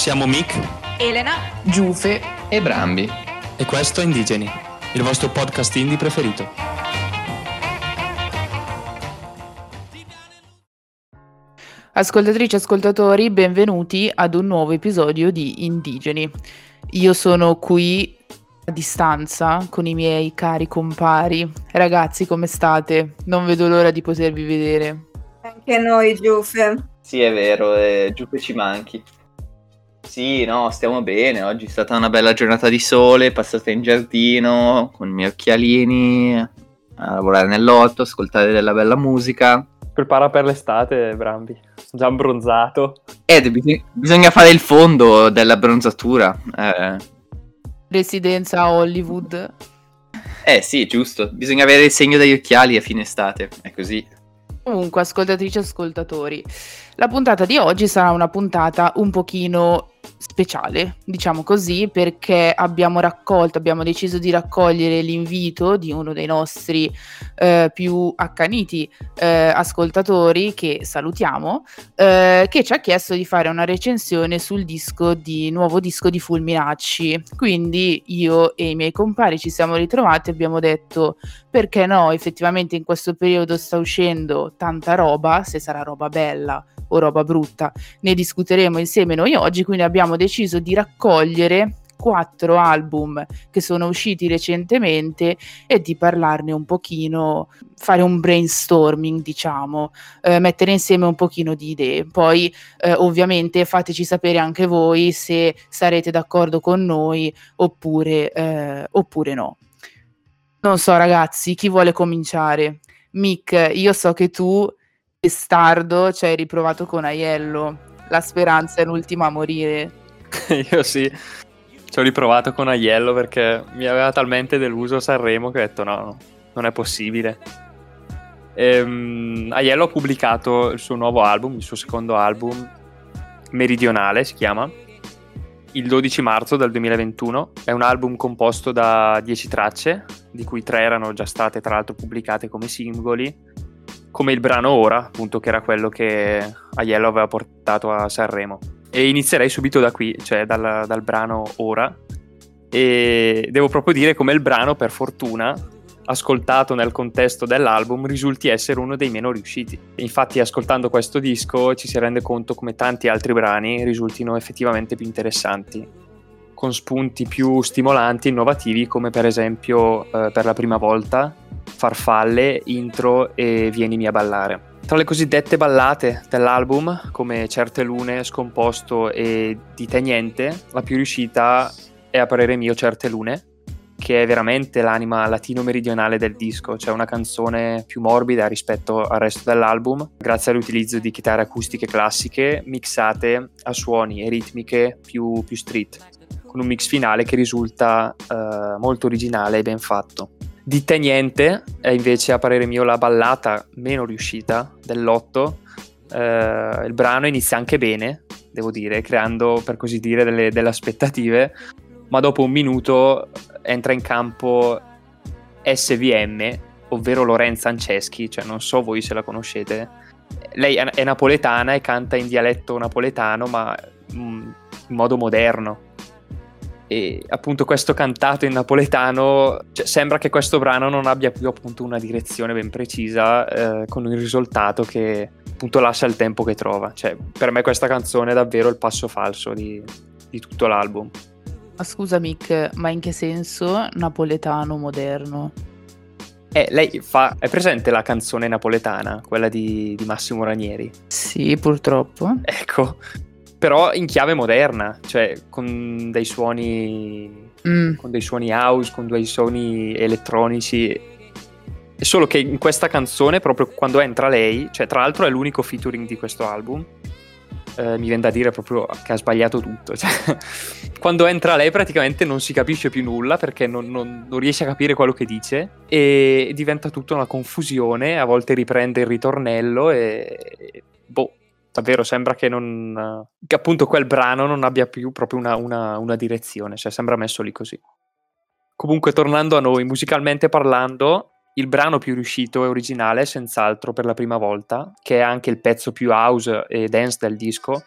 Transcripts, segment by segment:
Siamo Mick, Elena, Giufe e Brambi. e questo è Indigeni, il vostro podcast indie preferito. Ascoltatrici e ascoltatori, benvenuti ad un nuovo episodio di Indigeni. Io sono qui a distanza con i miei cari compari. Ragazzi, come state? Non vedo l'ora di potervi vedere. anche noi Giuffe. Sì, è vero, Giuppe ci manchi. Sì, no, stiamo bene. Oggi è stata una bella giornata di sole, passata in giardino con i miei occhialini, a lavorare nell'orto, ascoltare della bella musica. Prepara per l'estate, Brambi. Sono già abbronzato. Bisogna fare il fondo della bronzatura. Residenza a Hollywood. Sì, giusto. Bisogna avere il segno degli occhiali a fine estate. È così. Comunque, ascoltatrici e ascoltatori, la puntata di oggi sarà una puntata un pochino speciale, diciamo così, perché abbiamo deciso di raccogliere l'invito di uno dei nostri più accaniti ascoltatori, che salutiamo, che ci ha chiesto di fare una recensione sul nuovo disco di Fulminacci. Quindi io e i miei compari ci siamo ritrovati e abbiamo detto: perché no, effettivamente in questo periodo sta uscendo tanta roba, se sarà roba bella o roba brutta ne discuteremo insieme noi oggi, quindi abbiamo deciso di raccogliere 4 album che sono usciti recentemente e di parlarne un pochino, fare un brainstorming, diciamo, mettere insieme un pochino di idee. Poi ovviamente fateci sapere anche voi se sarete d'accordo con noi oppure no. Non so, ragazzi, chi vuole cominciare? Mick, io so che tu, testardo, ci hai riprovato con Aiello. La speranza è l'ultima a morire. Io sì. Ci ho riprovato con Aiello perché mi aveva talmente deluso Sanremo che ho detto no, non è possibile. Aiello ha pubblicato il suo nuovo album, il suo secondo album, Meridionale si chiama, il 12 marzo del 2021. È un album composto da 10 tracce, di cui 3 erano già state tra l'altro pubblicate come singoli, come il brano Ora, appunto, che era quello che Aiello aveva portato a Sanremo. E inizierei subito da qui, cioè dal brano Ora, e devo proprio dire come il brano, per fortuna, ascoltato nel contesto dell'album, risulti essere uno dei meno riusciti. Infatti, ascoltando questo disco ci si rende conto come tanti altri brani risultino effettivamente più interessanti, con spunti più stimolanti e innovativi, come per esempio Per la prima volta, Farfalle, Intro e Vienimi a ballare. Tra le cosiddette ballate dell'album, come Certe lune, Scomposto e Dite niente, la più riuscita è, a parere mio, Certe lune, che è veramente l'anima latino-meridionale del disco. C'è una canzone più morbida rispetto al resto dell'album, grazie all'utilizzo di chitarre acustiche classiche mixate a suoni e ritmiche più street, con un mix finale che risulta molto originale e ben fatto. Dite niente è invece, a parere mio, la ballata meno riuscita dell'8. Il brano inizia anche bene, devo dire, creando, per così dire, delle aspettative, ma dopo un minuto entra in campo SVM, ovvero Lorenza Anceschi, cioè non so voi se la conoscete. Lei è napoletana e canta in dialetto napoletano, ma in modo moderno. E appunto questo cantato in napoletano, cioè, sembra che questo brano non abbia più appunto una direzione ben precisa, con il risultato che appunto lascia il tempo che trova. Cioè, per me questa canzone è davvero il passo falso di tutto l'album. Ma scusa Mick, ma in che senso napoletano moderno? Lei è presente la canzone napoletana, quella di Massimo Ranieri? Sì, purtroppo. Ecco, però in chiave moderna, cioè con dei suoni house, con dei suoni elettronici. Solo che in questa canzone, proprio quando entra lei, cioè tra l'altro è l'unico featuring di questo album, mi viene da dire proprio che ha sbagliato tutto, cioè, quando entra lei praticamente non si capisce più nulla, perché non riesce a capire quello che dice e diventa tutta una confusione. A volte riprende il ritornello e davvero sembra che appunto quel brano non abbia più proprio una direzione, cioè sembra messo lì così. Comunque, tornando a noi, musicalmente parlando, il brano più riuscito e originale è senz'altro Per la prima volta, che è anche il pezzo più house e dance del disco,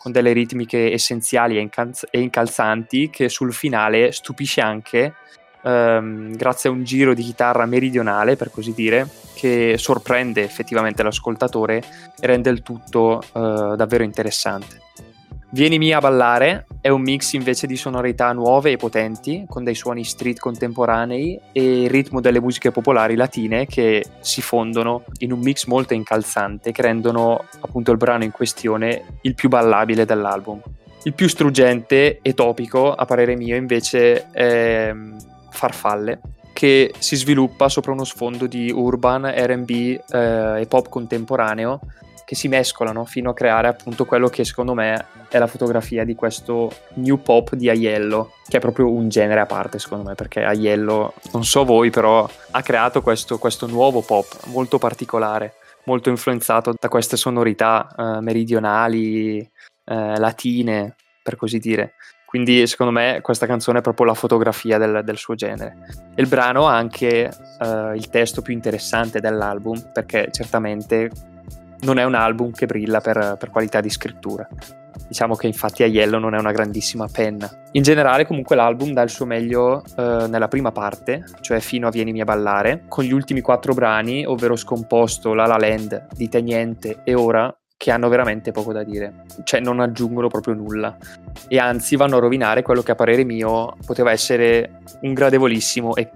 con delle ritmiche essenziali e incalzanti, che sul finale stupisce anche grazie a un giro di chitarra meridionale, per così dire, che sorprende effettivamente l'ascoltatore e rende il tutto davvero interessante. Vienimi a ballare è un mix invece di sonorità nuove e potenti, con dei suoni street contemporanei e il ritmo delle musiche popolari latine che si fondono in un mix molto incalzante, che rendono appunto il brano in questione il più ballabile dell'album. Il più struggente e topico, a parere mio, invece è Farfalle, che si sviluppa sopra uno sfondo di urban, R&B e pop contemporaneo, che si mescolano fino a creare appunto quello che secondo me è la fotografia di questo new pop di Aiello, che è proprio un genere a parte secondo me, perché Aiello, non so voi, però ha creato questo nuovo pop molto particolare, molto influenzato da queste sonorità meridionali, latine, per così dire. Quindi secondo me questa canzone è proprio la fotografia del suo genere. E il brano ha anche il testo più interessante dell'album, perché certamente non è un album che brilla per qualità di scrittura. Diciamo che infatti Aiello non è una grandissima penna. In generale comunque l'album dà il suo meglio nella prima parte, cioè fino a Vienimi a ballare, con gli ultimi 4 brani, ovvero Scomposto, La La Land, Dite Niente e Ora, che hanno veramente poco da dire, cioè non aggiungono proprio nulla e anzi vanno a rovinare quello che a parere mio poteva essere un gradevolissimo EP.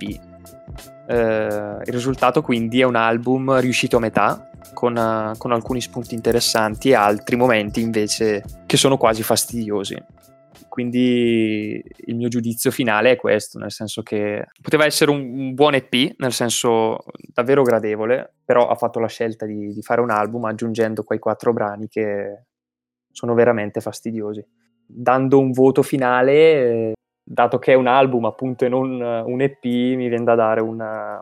Il risultato quindi è un album riuscito a metà, con alcuni spunti interessanti e altri momenti invece che sono quasi fastidiosi. Quindi il mio giudizio finale è questo, nel senso che poteva essere un buon EP, nel senso davvero gradevole, però ha fatto la scelta di fare un album aggiungendo quei 4 brani che sono veramente fastidiosi. Dando un voto finale, dato che è un album appunto e non un EP, mi viene da dare un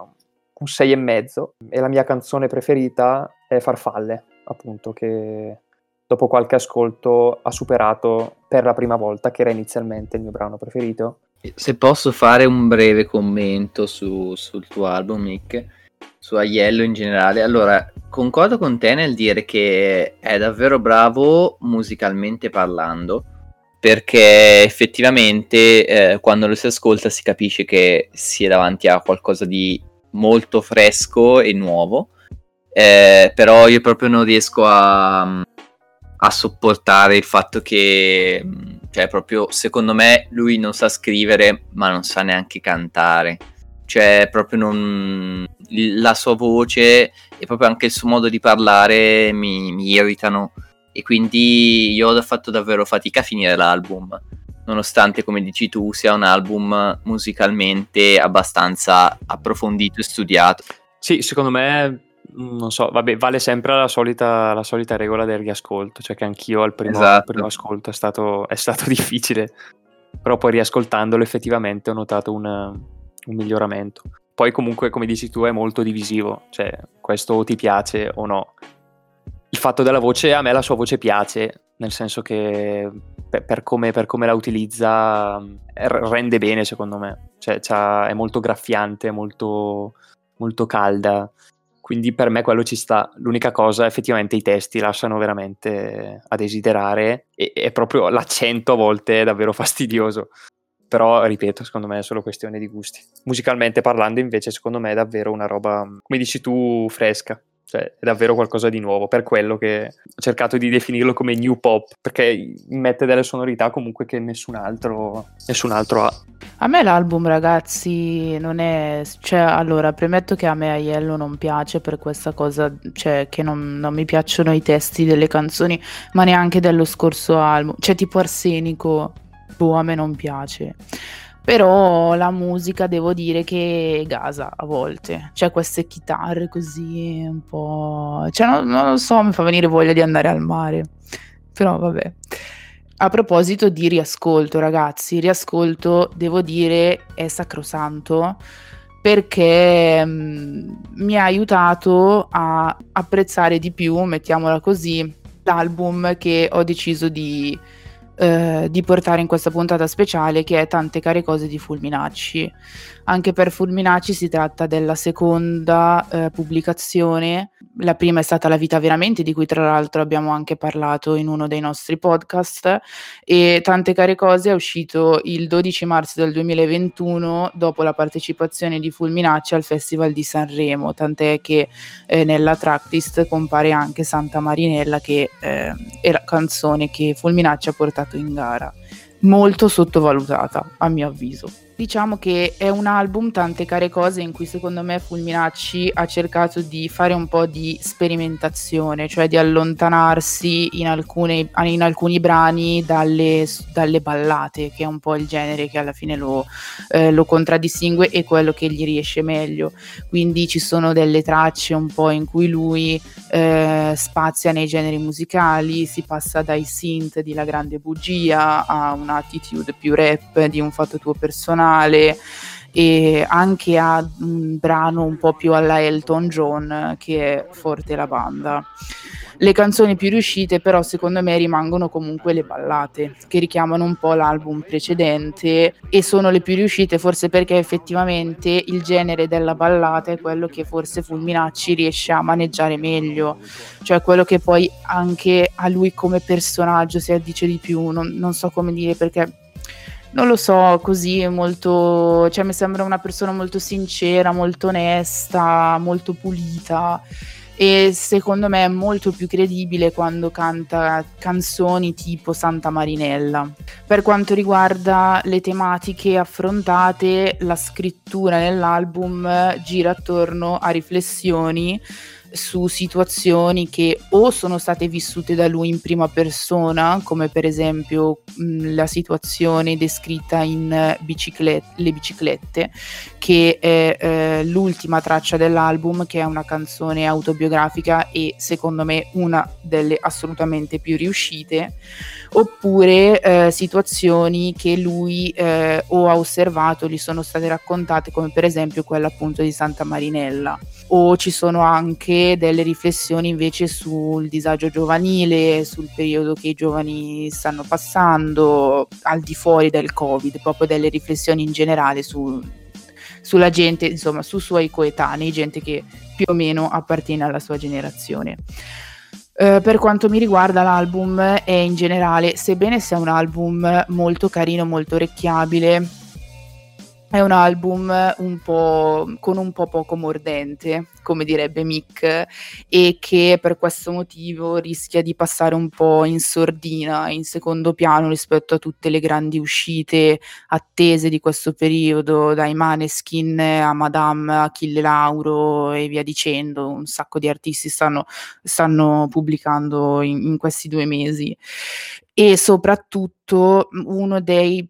6,5, e la mia canzone preferita è Farfalle, appunto, che dopo qualche ascolto ha superato per la prima volta, che era inizialmente il mio brano preferito. Se posso fare un breve commento sul tuo album, Mick, su Aiello in generale, allora concordo con te nel dire che è davvero bravo musicalmente parlando, perché effettivamente quando lo si ascolta si capisce che si è davanti a qualcosa di molto fresco e nuovo, però io proprio non riesco a sopportare il fatto che, cioè, proprio secondo me lui non sa scrivere ma non sa neanche cantare, cioè proprio non, la sua voce e proprio anche il suo modo di parlare mi irritano, e quindi io ho fatto davvero fatica a finire l'album, nonostante, come dici tu, sia un album musicalmente abbastanza approfondito e studiato. Sì, secondo me, non so, vabbè, vale sempre la solita regola del riascolto, cioè che anch'io al primo ascolto è stato difficile, però poi riascoltandolo effettivamente ho notato un miglioramento. Poi comunque, come dici tu, è molto divisivo, cioè questo o ti piace o no. Il fatto della voce, a me la sua voce piace, nel senso che per come la utilizza rende bene, secondo me, cioè è molto graffiante, molto, molto calda, quindi per me quello ci sta. L'unica cosa, effettivamente, i testi lasciano veramente a desiderare e proprio l'accento a volte è davvero fastidioso, però ripeto, secondo me è solo questione di gusti. Musicalmente parlando invece secondo me è davvero una roba, come dici tu, fresca, cioè è davvero qualcosa di nuovo, per quello che ho cercato di definirlo come new pop, perché mette delle sonorità comunque che nessun altro ha. A me l'album, ragazzi, non è, cioè, allora, premetto che a me Aiello non piace per questa cosa, cioè che non mi piacciono i testi delle canzoni, ma neanche dello scorso album, cioè tipo Arsenico, a me non piace. Però la musica devo dire che gasa a volte, cioè queste chitarre così un po', cioè non lo so, mi fa venire voglia di andare al mare, però vabbè. A proposito di riascolto, ragazzi, devo dire è sacrosanto, perché mi ha aiutato a apprezzare di più, mettiamola così, l'album che ho deciso di portare in questa puntata speciale, che è Tante care cose di Fulminacci. Anche per Fulminacci si tratta della seconda pubblicazione, La prima è stata La vita veramente, di cui tra l'altro abbiamo anche parlato in uno dei nostri podcast, e Tante care cose è uscito il 12 marzo del 2021 dopo la partecipazione di Fulminacci al Festival di Sanremo, tant'è che nella tracklist compare anche Santa Marinella, che è la canzone che Fulminacci ha portato in gara. Molto sottovalutata, a mio avviso. Diciamo che è un album, Tante care cose, in cui secondo me Fulminacci ha cercato di fare un po' di sperimentazione, cioè di allontanarsi in alcuni brani dalle ballate, che è un po' il genere che alla fine lo contraddistingue e quello che gli riesce meglio. Quindi ci sono delle tracce un po' in cui lui spazia nei generi musicali, si passa dai synth di La grande bugia a un'attitude più rap di Un fatto tuo personale, e anche a un brano un po' più alla Elton John, che è Forte la banda. Le canzoni più riuscite però secondo me rimangono comunque le ballate, che richiamano un po' l'album precedente, e sono le più riuscite forse perché effettivamente il genere della ballata è quello che forse Fulminacci riesce a maneggiare meglio, cioè quello che poi anche a lui come personaggio si addice di più, non so come dire, perché non lo so, così è molto, cioè mi sembra una persona molto sincera, molto onesta, molto pulita, e secondo me è molto più credibile quando canta canzoni tipo Santa Marinella. Per quanto riguarda le tematiche affrontate, la scrittura nell'album gira attorno a riflessioni su situazioni che o sono state vissute da lui in prima persona, come per esempio la situazione descritta in Le biciclette, che è l'ultima traccia dell'album, che è una canzone autobiografica e secondo me una delle assolutamente più riuscite, oppure situazioni che lui o ha osservato, gli sono state raccontate, come per esempio quella appunto di Santa Marinella. O ci sono anche delle riflessioni invece sul disagio giovanile, sul periodo che i giovani stanno passando al di fuori del Covid, proprio delle riflessioni in generale sulla gente, insomma, su suoi coetanei, gente che più o meno appartiene alla sua generazione. Per quanto mi riguarda, l'album è in generale, sebbene sia un album molto carino, molto orecchiabile, è un album con un po' poco mordente, come direbbe Mick, e che per questo motivo rischia di passare un po' in sordina, in secondo piano rispetto a tutte le grandi uscite attese di questo periodo, dai Maneskin a Madame, Achille Lauro e via dicendo. Un sacco di artisti stanno pubblicando in questi 2 mesi, e soprattutto uno dei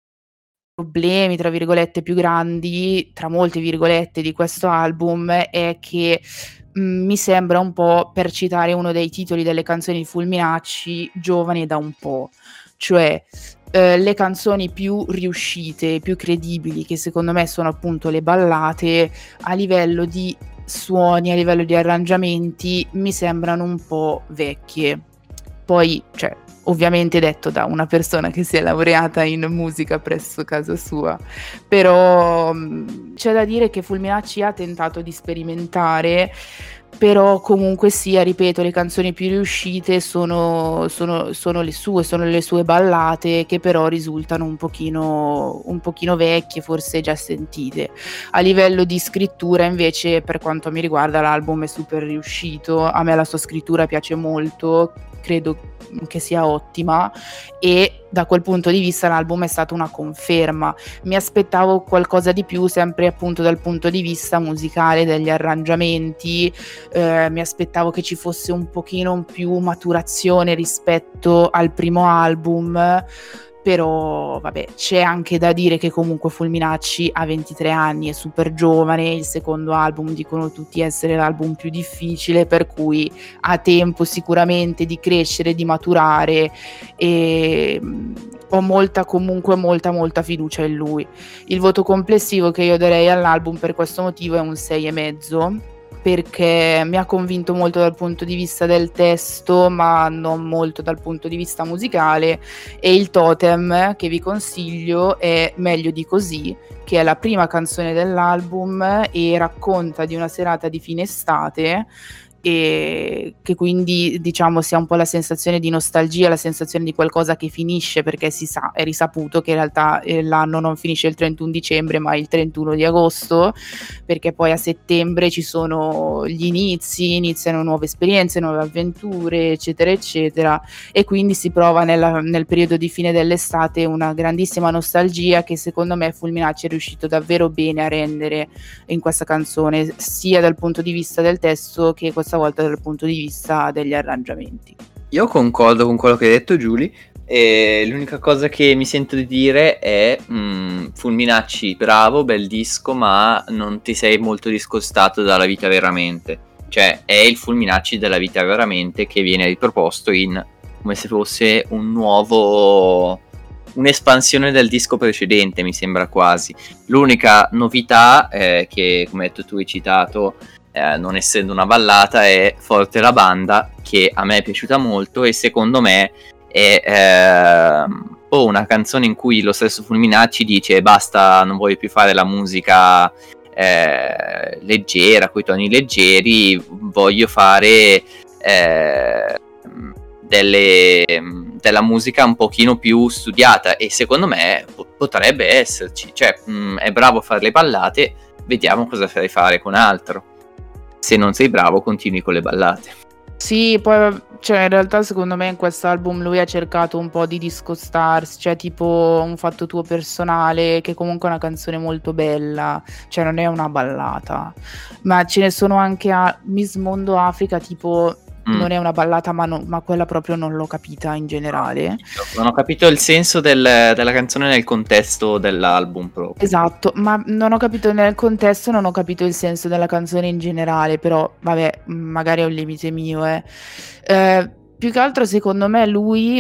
problemi, tra virgolette, più grandi, tra molte virgolette, di questo album è che mi sembra un po', per citare uno dei titoli delle canzoni di Fulminacci, giovane da un po', cioè le canzoni più riuscite, più credibili, che secondo me sono appunto le ballate, a livello di suoni, a livello di arrangiamenti, mi sembrano un po' vecchie. Poi, cioè, ovviamente detto da una persona che si è laureata in musica presso casa sua, però c'è da dire che Fulminacci ha tentato di sperimentare, però comunque sia, ripeto, le canzoni più riuscite sono le sue ballate, che però risultano un pochino vecchie, forse già sentite. A livello di scrittura invece, per quanto mi riguarda, l'album è super riuscito, a me la sua scrittura piace molto, credo che sia ottima, e da quel punto di vista l'album è stata una conferma. Mi aspettavo qualcosa di più, sempre appunto dal punto di vista musicale, degli arrangiamenti, mi aspettavo che ci fosse un pochino più maturazione rispetto al primo album, però vabbè, c'è anche da dire che comunque Fulminacci ha 23 anni, è super giovane, il secondo album dicono tutti essere l'album più difficile, per cui ha tempo sicuramente di crescere, di maturare, e ho molta fiducia in lui. Il voto complessivo che io darei all'album per questo motivo è un 6,5, perché mi ha convinto molto dal punto di vista del testo, ma non molto dal punto di vista musicale, e il Totem che vi consiglio è Meglio di così, che è la prima canzone dell'album e racconta di una serata di fine estate e che quindi diciamo sia un po' la sensazione di nostalgia, la sensazione di qualcosa che finisce, perché si sa, è risaputo che in realtà l'anno non finisce il 31 dicembre ma il 31 di agosto, perché poi a settembre ci sono gli iniziano nuove esperienze, nuove avventure, eccetera eccetera, e quindi si prova nel periodo di fine dell'estate una grandissima nostalgia che secondo me Fulminacci è riuscito davvero bene a rendere in questa canzone, sia dal punto di vista del testo che questa volta dal punto di vista degli arrangiamenti. Io concordo con quello che hai detto, Giulia, e l'unica cosa che mi sento di dire è Fulminacci, bravo, bel disco, ma non ti sei molto discostato dalla vita veramente. Cioè è il Fulminacci della vita veramente che viene riproposto come se fosse un'espansione del disco precedente, mi sembra quasi. L'unica novità che, come hai detto tu, hai citato, non essendo una ballata, è Forte la banda, che a me è piaciuta molto e secondo me è una canzone in cui lo stesso Fulminacci dice basta, non voglio più fare la musica leggera, coi toni leggeri, voglio fare della musica un pochino più studiata, e secondo me potrebbe esserci, cioè è bravo a fare le ballate, vediamo cosa sai fare con altro. Se non sei bravo continui con le ballate. Sì, poi cioè in realtà secondo me in quest'album lui ha cercato un po' di discostarsi, cioè tipo Un fatto tuo personale, che comunque è una canzone molto bella, cioè non è una ballata, ma ce ne sono anche a Miss Mondo Africa, tipo non è una ballata, ma quella proprio non l'ho capita in generale. Non ho capito il senso della canzone nel contesto dell'album proprio. Esatto, ma non ho capito nel contesto, non ho capito il senso della canzone in generale, però vabbè, magari è un limite mio. Più che altro secondo me lui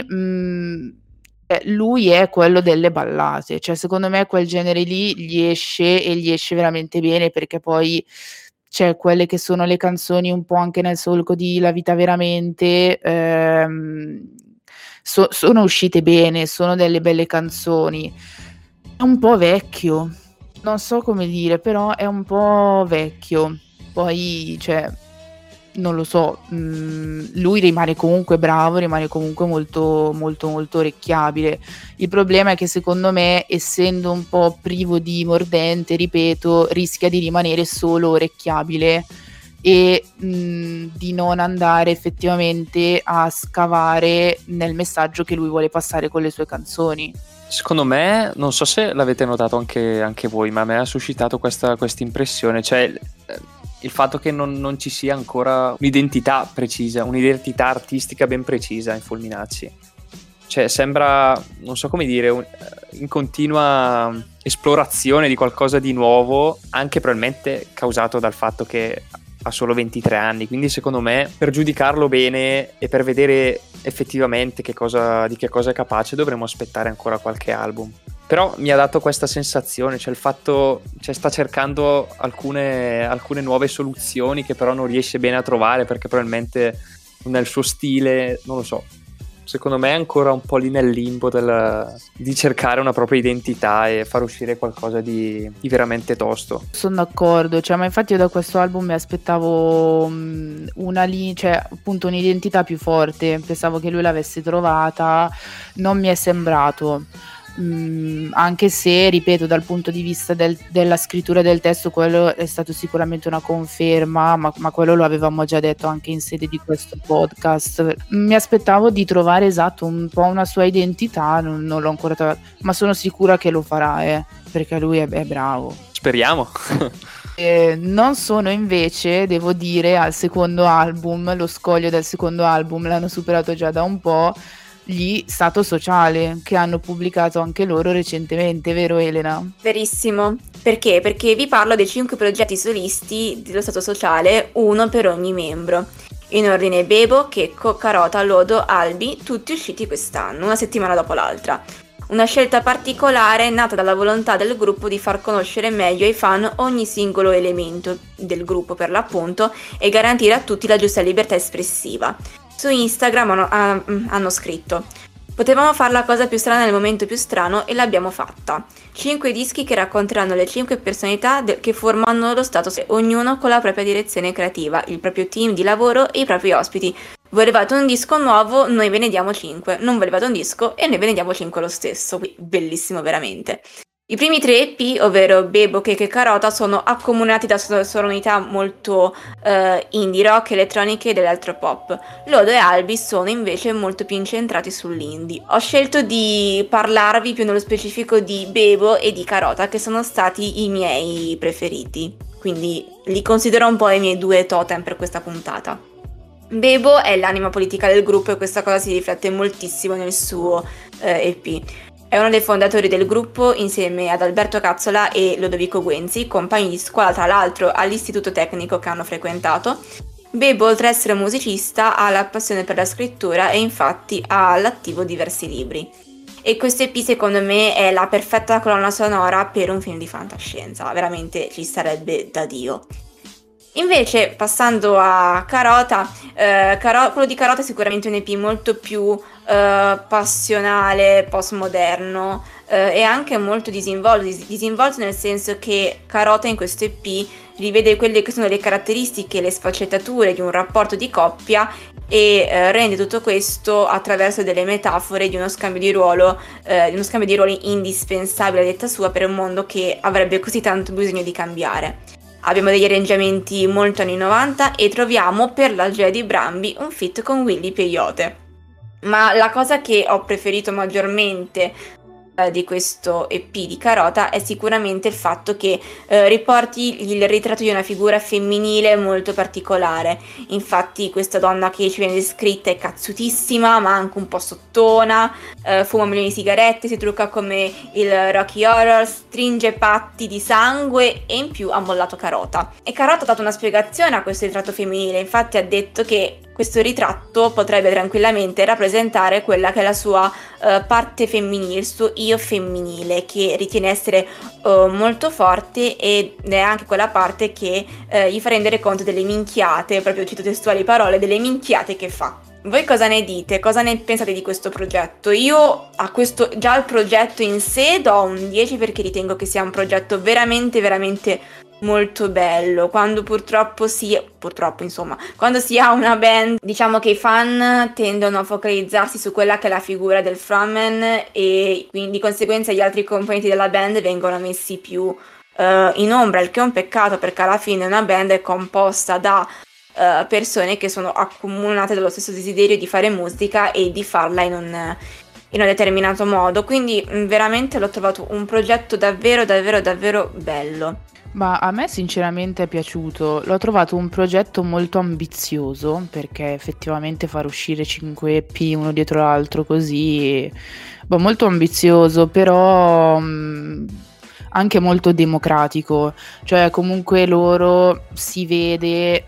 è quello delle ballate, cioè secondo me quel genere lì gli esce veramente bene, perché poi cioè quelle che sono le canzoni un po' anche nel solco di La vita veramente sono uscite bene, sono delle belle canzoni. È un po' vecchio, non so come dire, però è un po' vecchio. Poi, cioè, non lo so, lui rimane comunque bravo, rimane comunque molto, molto, molto orecchiabile. Il problema è che secondo me, essendo un po' privo di mordente, ripeto, rischia di rimanere solo orecchiabile e di non andare effettivamente a scavare nel messaggio che lui vuole passare con le sue canzoni. Secondo me, non so se l'avete notato anche voi, ma a me ha suscitato questa impressione, cioè il fatto che non ci sia ancora un'identità precisa, un'identità artistica ben precisa in Fulminacci. Cioè sembra, non so come dire, in continua esplorazione di qualcosa di nuovo, anche probabilmente causato dal fatto che ha solo 23 anni, quindi secondo me per giudicarlo bene e per vedere effettivamente di che cosa è capace dovremmo aspettare ancora qualche album. Però mi ha dato questa sensazione, cioè il fatto, cioè sta cercando alcune nuove soluzioni che però non riesce bene a trovare perché probabilmente non è il suo stile, non lo so. Secondo me è ancora un po' lì nel limbo di cercare una propria identità e far uscire qualcosa di veramente tosto. Sono d'accordo, cioè, ma infatti io da questo album mi aspettavo cioè appunto un'identità più forte, pensavo che lui l'avesse trovata, non mi è sembrato. Anche se, ripeto, dal punto di vista della scrittura del testo quello è stato sicuramente una conferma, ma quello lo avevamo già detto anche in sede di questo podcast. Mi aspettavo di trovare esatto un po' una sua identità, non l'ho ancora trovato, ma sono sicura che lo farà, perché lui è bravo. Speriamo. Non sono invece, devo dire, al secondo album, lo scoglio del secondo album l'hanno superato già da un po', gli Stato Sociale, che hanno pubblicato anche loro recentemente, vero Elena? Verissimo. Perché? Perché vi parlo dei 5 progetti solisti dello Stato Sociale, uno per ogni membro. In ordine Bebo, Checco, Carota, Lodo, Albi, tutti usciti quest'anno, una settimana dopo l'altra. Una scelta particolare nata dalla volontà del gruppo di far conoscere meglio ai fan ogni singolo elemento del gruppo per l'appunto e garantire a tutti la giusta libertà espressiva. Su Instagram hanno scritto: Potevamo fare la cosa più strana nel momento più strano e l'abbiamo fatta. 5 dischi che racconteranno le 5 personalità che formano lo status, ognuno con la propria direzione creativa, il proprio team di lavoro e i propri ospiti. Volevate un disco nuovo, noi ve ne diamo 5. Non volevate un disco e noi ve ne diamo 5 lo stesso. Bellissimo veramente. I primi 3 EP, ovvero Bebo, Cake e Carota, sono accomunati da sonorità molto indie rock, elettroniche e dell'electropop. Lodo e Albi sono invece molto più incentrati sull'indie. Ho scelto di parlarvi più nello specifico di Bebo e di Carota, che sono stati i miei preferiti, quindi li considero un po' i miei 2 totem per questa puntata. Bebo è l'anima politica del gruppo e questa cosa si riflette moltissimo nel suo EP. È uno dei fondatori del gruppo insieme ad Alberto Cazzola e Lodovico Guenzi, compagni di scuola tra l'altro all'istituto tecnico che hanno frequentato. Bebo, oltre ad essere musicista, ha la passione per la scrittura e infatti ha all'attivo diversi libri. E questo EP secondo me è la perfetta colonna sonora per un film di fantascienza, veramente ci sarebbe da Dio. Invece, passando a Carota, quello di Carota è sicuramente un EP molto più passionale, postmoderno e anche molto disinvolto nel senso che Carota in questo EP rivede quelle che sono le caratteristiche, le sfaccettature di un rapporto di coppia e rende tutto questo attraverso delle metafore di uno scambio di ruoli indispensabile a detta sua per un mondo che avrebbe così tanto bisogno di cambiare. Abbiamo degli arrangiamenti molto anni 90 e troviamo per la gioia di Brambi un feat con Willy Peyote. Ma la cosa che ho preferito maggiormente di questo EP di Carota è sicuramente il fatto che riporti il ritratto di una figura femminile molto particolare. Infatti questa donna che ci viene descritta è cazzutissima ma anche un po' sottona, fuma milioni di sigarette, si trucca come il Rocky Horror, stringe patti di sangue e in più ha mollato Carota. E Carota ha dato una spiegazione a questo ritratto femminile, infatti ha detto che questo ritratto potrebbe tranquillamente rappresentare quella che è la sua parte femminile, il suo io femminile, che ritiene essere molto forte ed è anche quella parte che gli fa rendere conto delle minchiate, proprio cito testuali parole, delle minchiate che fa. Voi cosa ne dite? Cosa ne pensate di questo progetto? Io già al progetto in sé do un 10 perché ritengo che sia un progetto veramente, veramente molto bello. Quando quando si ha una band, diciamo che i fan tendono a focalizzarsi su quella che è la figura del frontman e quindi di conseguenza gli altri componenti della band vengono messi più in ombra, il che è un peccato perché alla fine una band è composta da persone che sono accomunate dallo stesso desiderio di fare musica e di farla in un determinato modo, quindi veramente l'ho trovato un progetto davvero davvero davvero bello. Ma a me sinceramente è piaciuto, l'ho trovato un progetto molto ambizioso perché effettivamente far uscire 5 EP uno dietro l'altro così, molto ambizioso, però anche molto democratico, cioè comunque loro si vede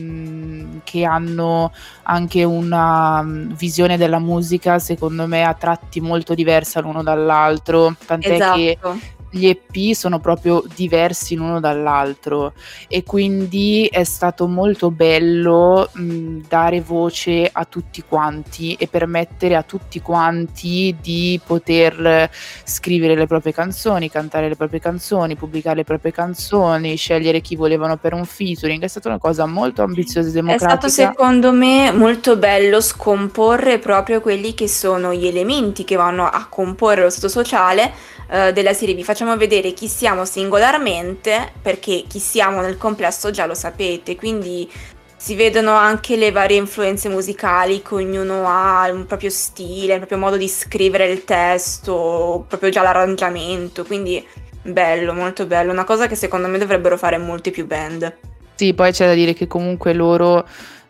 che hanno anche una visione della musica secondo me a tratti molto diversa l'uno dall'altro, tant'è che gli EP sono proprio diversi l'uno dall'altro e quindi è stato molto bello dare voce a tutti quanti e permettere a tutti quanti di poter scrivere le proprie canzoni, cantare le proprie canzoni, pubblicare le proprie canzoni, scegliere chi volevano per un featuring. È stata una cosa molto ambiziosa e democratica. È stato secondo me molto bello scomporre proprio quelli che sono gli elementi che vanno a comporre lo stato sociale della serie. Vi facciamo vedere chi siamo singolarmente perché chi siamo nel complesso già lo sapete, quindi si vedono anche le varie influenze musicali che ognuno ha, un proprio stile, il proprio modo di scrivere il testo, proprio già l'arrangiamento, quindi bello, molto bello, una cosa che secondo me dovrebbero fare molte più band. Sì, poi c'è da dire che comunque loro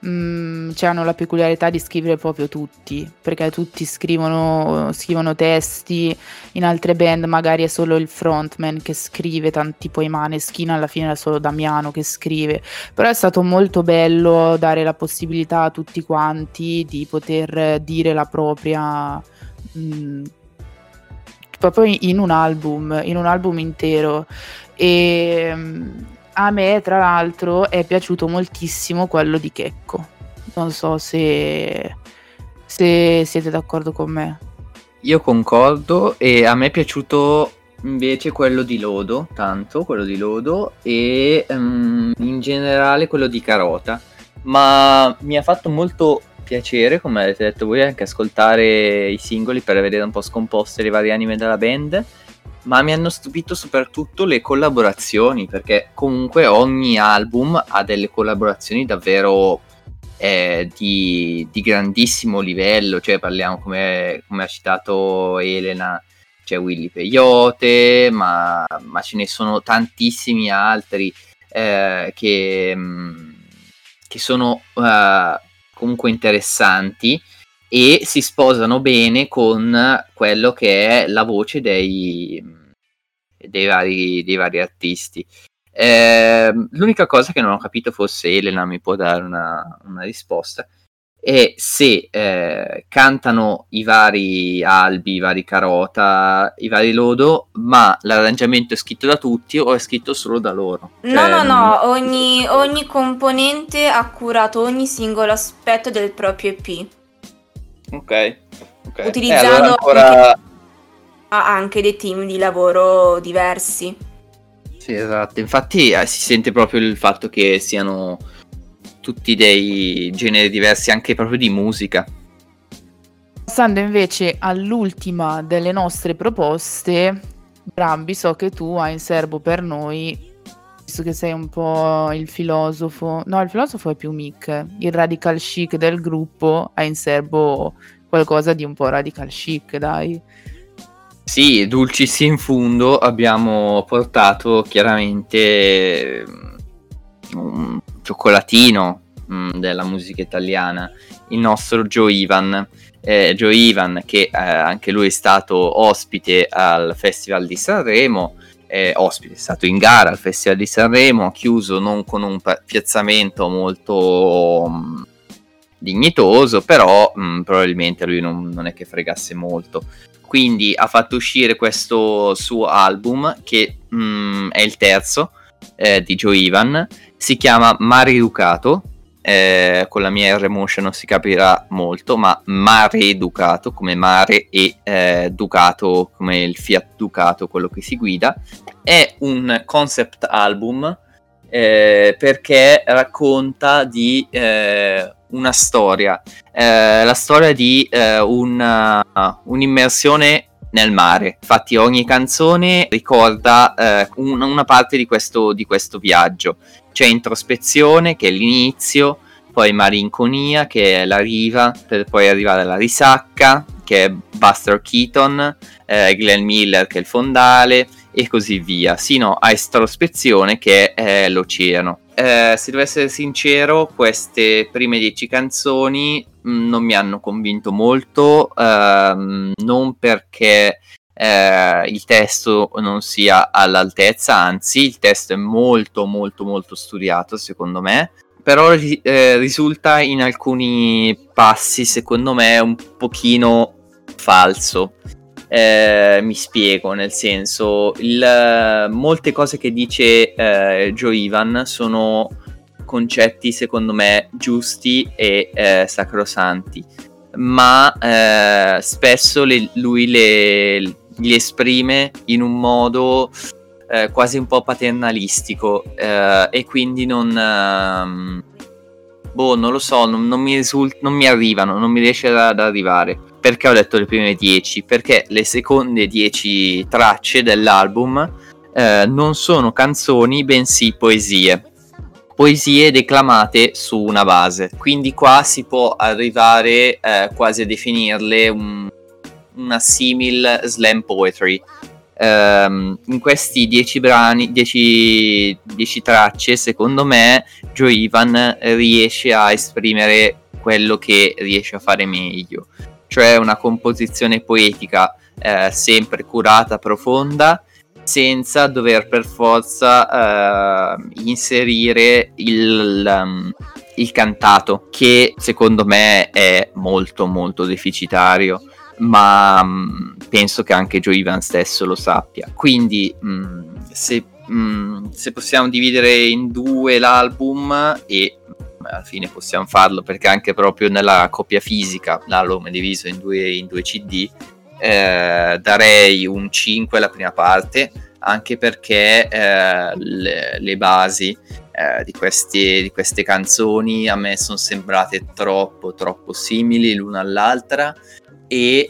hanno la peculiarità di scrivere proprio tutti, perché tutti scrivono testi. In altre band magari è solo il frontman che scrive, tipo i Maneskin alla fine era solo Damiano che scrive, però è stato molto bello dare la possibilità a tutti quanti di poter dire la propria proprio in un album intero. E a me tra l'altro è piaciuto moltissimo quello di Checco, non so se siete d'accordo con me. io concordo, e a me è piaciuto invece quello di Lodo, tanto quello di Lodo, e in generale quello di Carota, ma mi ha fatto molto piacere, come avete detto voi, anche ascoltare i singoli per vedere un po' scomposte le varie anime della band, ma mi hanno stupito soprattutto le collaborazioni, perché comunque ogni album ha delle collaborazioni davvero di grandissimo livello, cioè parliamo, come ha citato Elena, c'è Willy Peyote, ma ce ne sono tantissimi altri che sono comunque interessanti e si sposano bene con quello che è la voce dei vari artisti. L'unica cosa che non ho capito, forse Elena mi può dare una risposta, è se cantano i vari Albi, i vari Carota, i vari Lodo, ma l'arrangiamento è scritto da tutti o è scritto solo da loro? No, ogni componente ha curato ogni singolo aspetto del proprio EP, Ok. utilizzando Allora ancora... anche dei team di lavoro diversi. Sì, esatto, infatti si sente proprio il fatto che siano tutti dei generi diversi anche proprio di musica. Passando invece all'ultima delle nostre proposte, Brambi, so che tu hai in serbo per noi, visto che sei un po' il filosofo, no, il filosofo è più Mick, il radical chic del gruppo, hai in serbo qualcosa di un po' radical chic, dai. Sì, dulcis in fundo abbiamo portato chiaramente un cioccolatino della musica italiana, il nostro Joe Ivan. Joe Ivan, che anche lui è stato ospite al Festival di Sanremo, è stato in gara al Festival di Sanremo, chiuso non con un piazzamento molto dignitoso, però probabilmente a lui non è che fregasse molto. Quindi ha fatto uscire questo suo album, che è il terzo di Joe Ivan, si chiama Mare-Educato, con la mia R-Motion non si capirà molto, ma Mare-Educato come mare e Ducato come il Fiat Ducato, quello che si guida. È un concept album perché racconta di una storia, la storia di un'immersione nel mare. Infatti ogni canzone ricorda una parte di questo viaggio. C'è introspezione, che è l'inizio, poi malinconia, che è la riva, per poi arrivare alla risacca, che è Buster Keaton, Glenn Miller, che è il fondale, e così via, sino a estrospezione, che è l'oceano. Se devo essere sincero, queste prime 10 canzoni non mi hanno convinto molto, non perché il testo non sia all'altezza, anzi il testo è molto molto molto studiato secondo me, però risulta in alcuni passi secondo me un pochino falso. Mi spiego, nel senso, molte cose che dice Joe Ivan sono concetti secondo me giusti e sacrosanti, ma spesso lui li esprime in un modo quasi un po' paternalistico, e quindi non lo so, non mi arrivano, non mi riesce ad arrivare. Perché ho detto le prime 10? Perché le seconde 10 tracce dell'album non sono canzoni, bensì poesie declamate su una base. Quindi qua si può arrivare quasi a definirle una simil slam poetry. In questi 10 brani, 10 tracce, secondo me Joe Ivan riesce a esprimere quello che riesce a fare meglio, cioè una composizione poetica sempre curata, profonda, senza dover per forza inserire il cantato, che secondo me è molto molto deficitario, ma penso che anche Joe Ivan stesso lo sappia. Quindi se possiamo dividere in due l'album, e alla fine possiamo farlo perché anche proprio nella copia fisica l'album è diviso in due CD, darei un 5 alla prima parte, anche perché le basi di queste canzoni a me sono sembrate troppo simili l'una all'altra, e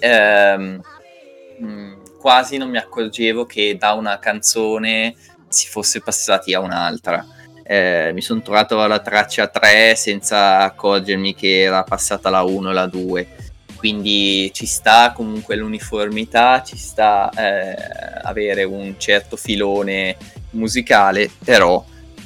quasi non mi accorgevo che da una canzone si fosse passati a un'altra. Mi sono trovato alla traccia 3 senza accorgermi che era passata la 1 e la 2, quindi ci sta comunque l'uniformità, ci sta avere un certo filone musicale, però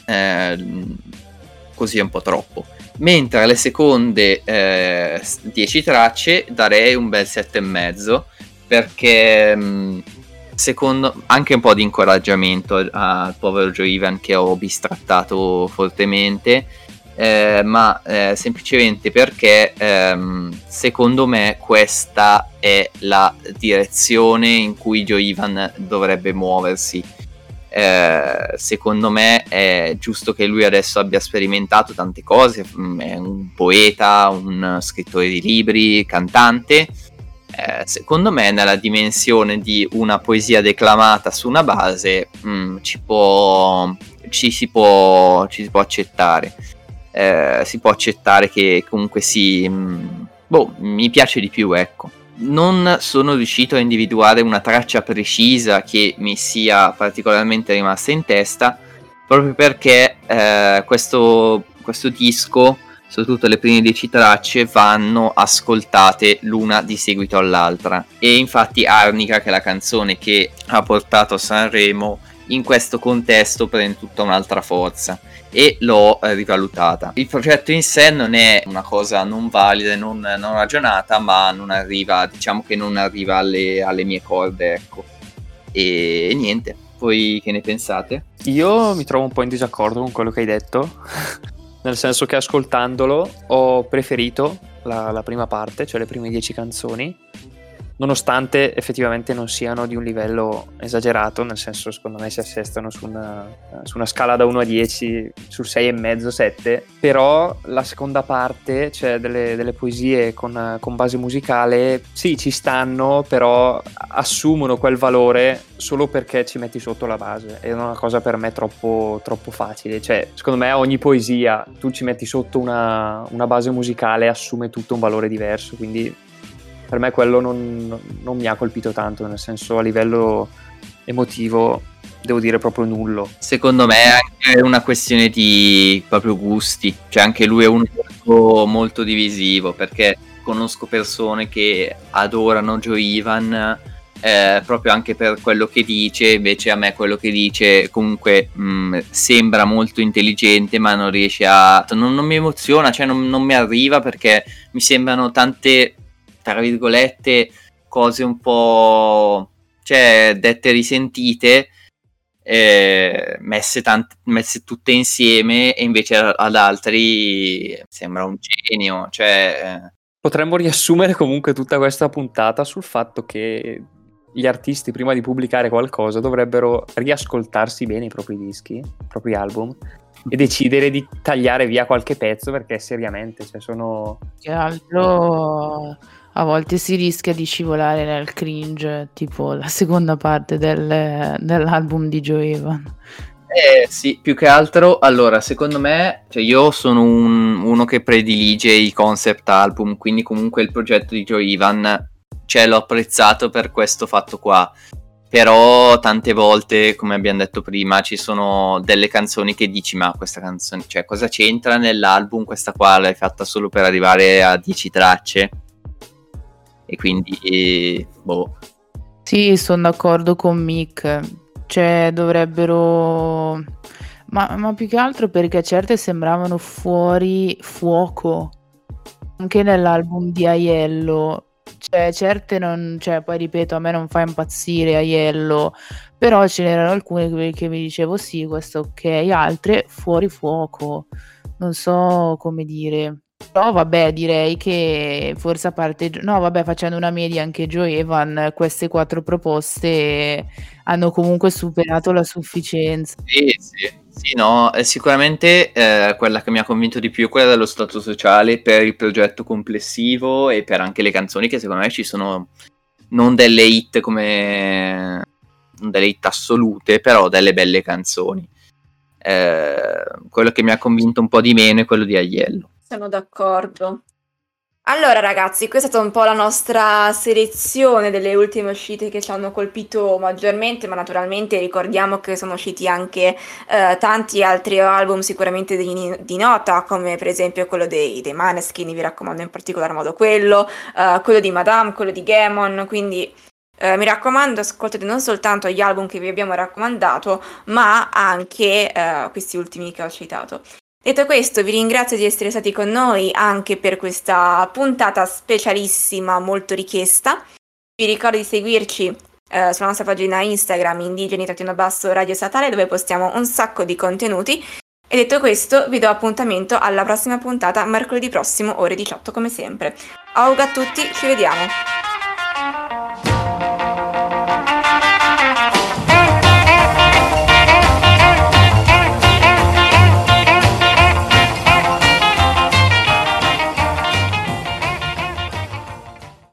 così è un po' troppo. Mentre alle seconde 10 tracce darei un bel 7,5, perché secondo anche un po' di incoraggiamento al povero Joe Ivan, che ho bistrattato fortemente, ma semplicemente perché secondo me questa è la direzione in cui Joe Ivan dovrebbe muoversi. Secondo me è giusto che lui adesso abbia sperimentato tante cose, è un poeta, un scrittore di libri, cantante. Secondo me nella dimensione di una poesia declamata su una base ci si può accettare. Si può accettare che comunque mi piace di più, ecco. Non sono riuscito a individuare una traccia precisa che mi sia particolarmente rimasta in testa, proprio perché questo disco, soprattutto le prime 10 tracce, vanno ascoltate l'una di seguito all'altra, e infatti Arnica, che è la canzone che ha portato a Sanremo, in questo contesto prende tutta un'altra forza e l'ho rivalutata. Il progetto in sé non è una cosa non valida, non ragionata, ma diciamo che non arriva alle mie corde, ecco. E niente, voi che ne pensate? Io mi trovo un po' in disaccordo con quello che hai detto, nel senso che ascoltandolo ho preferito la prima parte, cioè le prime 10 canzoni, nonostante effettivamente non siano di un livello esagerato, nel senso secondo me si assestano su una scala da 1 a 10, sul 6,5, 7, però la seconda parte, cioè delle poesie con base musicale, sì, ci stanno, però assumono quel valore solo perché ci metti sotto la base. È una cosa per me troppo facile, cioè secondo me ogni poesia tu ci metti sotto una base musicale, assume tutto un valore diverso, quindi per me quello non mi ha colpito tanto, nel senso a livello emotivo devo dire proprio nullo. Secondo me è anche una questione di proprio gusti, cioè anche lui è uno molto, molto divisivo, perché conosco persone che adorano Joe Ivan proprio anche per quello che dice, invece a me quello che dice comunque sembra molto intelligente, ma non riesce non mi emoziona, cioè non mi arriva, perché mi sembrano tante, tra virgolette, cose un po', cioè, dette risentite, messe tutte insieme, e invece ad altri sembra un genio, cioè potremmo riassumere comunque tutta questa puntata sul fatto che gli artisti, prima di pubblicare qualcosa, dovrebbero riascoltarsi bene i propri dischi, i propri album, e decidere di tagliare via qualche pezzo, perché seriamente, cioè, sono... Che altro a volte si rischia di scivolare nel cringe, tipo la seconda parte dell'album di Joe Ivan. Sì, più che altro, allora, secondo me, cioè io sono uno che predilige i concept album, quindi comunque il progetto di Joe Ivan, cioè, l'ho apprezzato per questo fatto qua. Però tante volte, come abbiamo detto prima, ci sono delle canzoni che dici: ma questa canzone, cioè, cosa c'entra nell'album? Questa qua l'hai fatta solo per arrivare a 10 tracce, e quindi Sì, sono d'accordo con Mick, cioè dovrebbero, ma più che altro perché certe sembravano fuori fuoco anche nell'album di Aiello. Cioè, certe non, cioè, poi ripeto, a me non fa impazzire Aiello, però ce n'erano alcune che mi dicevo sì, questo ok, altre fuori fuoco, non so come dire. Però vabbè, direi che forse a parte, no vabbè, facendo una media anche Joe Evan, queste 4 proposte hanno comunque superato la sufficienza. Sì, no, sicuramente quella che mi ha convinto di più è quella dello stato sociale, per il progetto complessivo e per anche le canzoni che secondo me ci sono non delle hit come non delle hit assolute, però delle belle canzoni. Quello che mi ha convinto un po' di meno è quello di Aiello. Sono d'accordo. Allora ragazzi, questa è stata un po' la nostra selezione delle ultime uscite che ci hanno colpito maggiormente, ma naturalmente ricordiamo che sono usciti anche tanti altri album sicuramente di nota, come per esempio quello dei Maneskin, vi raccomando in particolar modo quello di Madame, quello di Gammon, quindi mi raccomando, ascoltate non soltanto gli album che vi abbiamo raccomandato, ma anche questi ultimi che ho citato. Detto questo, vi ringrazio di essere stati con noi anche per questa puntata specialissima, molto richiesta. Vi ricordo di seguirci sulla nostra pagina Instagram indigeni_radio statale, dove postiamo un sacco di contenuti. E detto questo, vi do appuntamento alla prossima puntata, mercoledì prossimo, ore 18 come sempre. Auga a tutti, ci vediamo!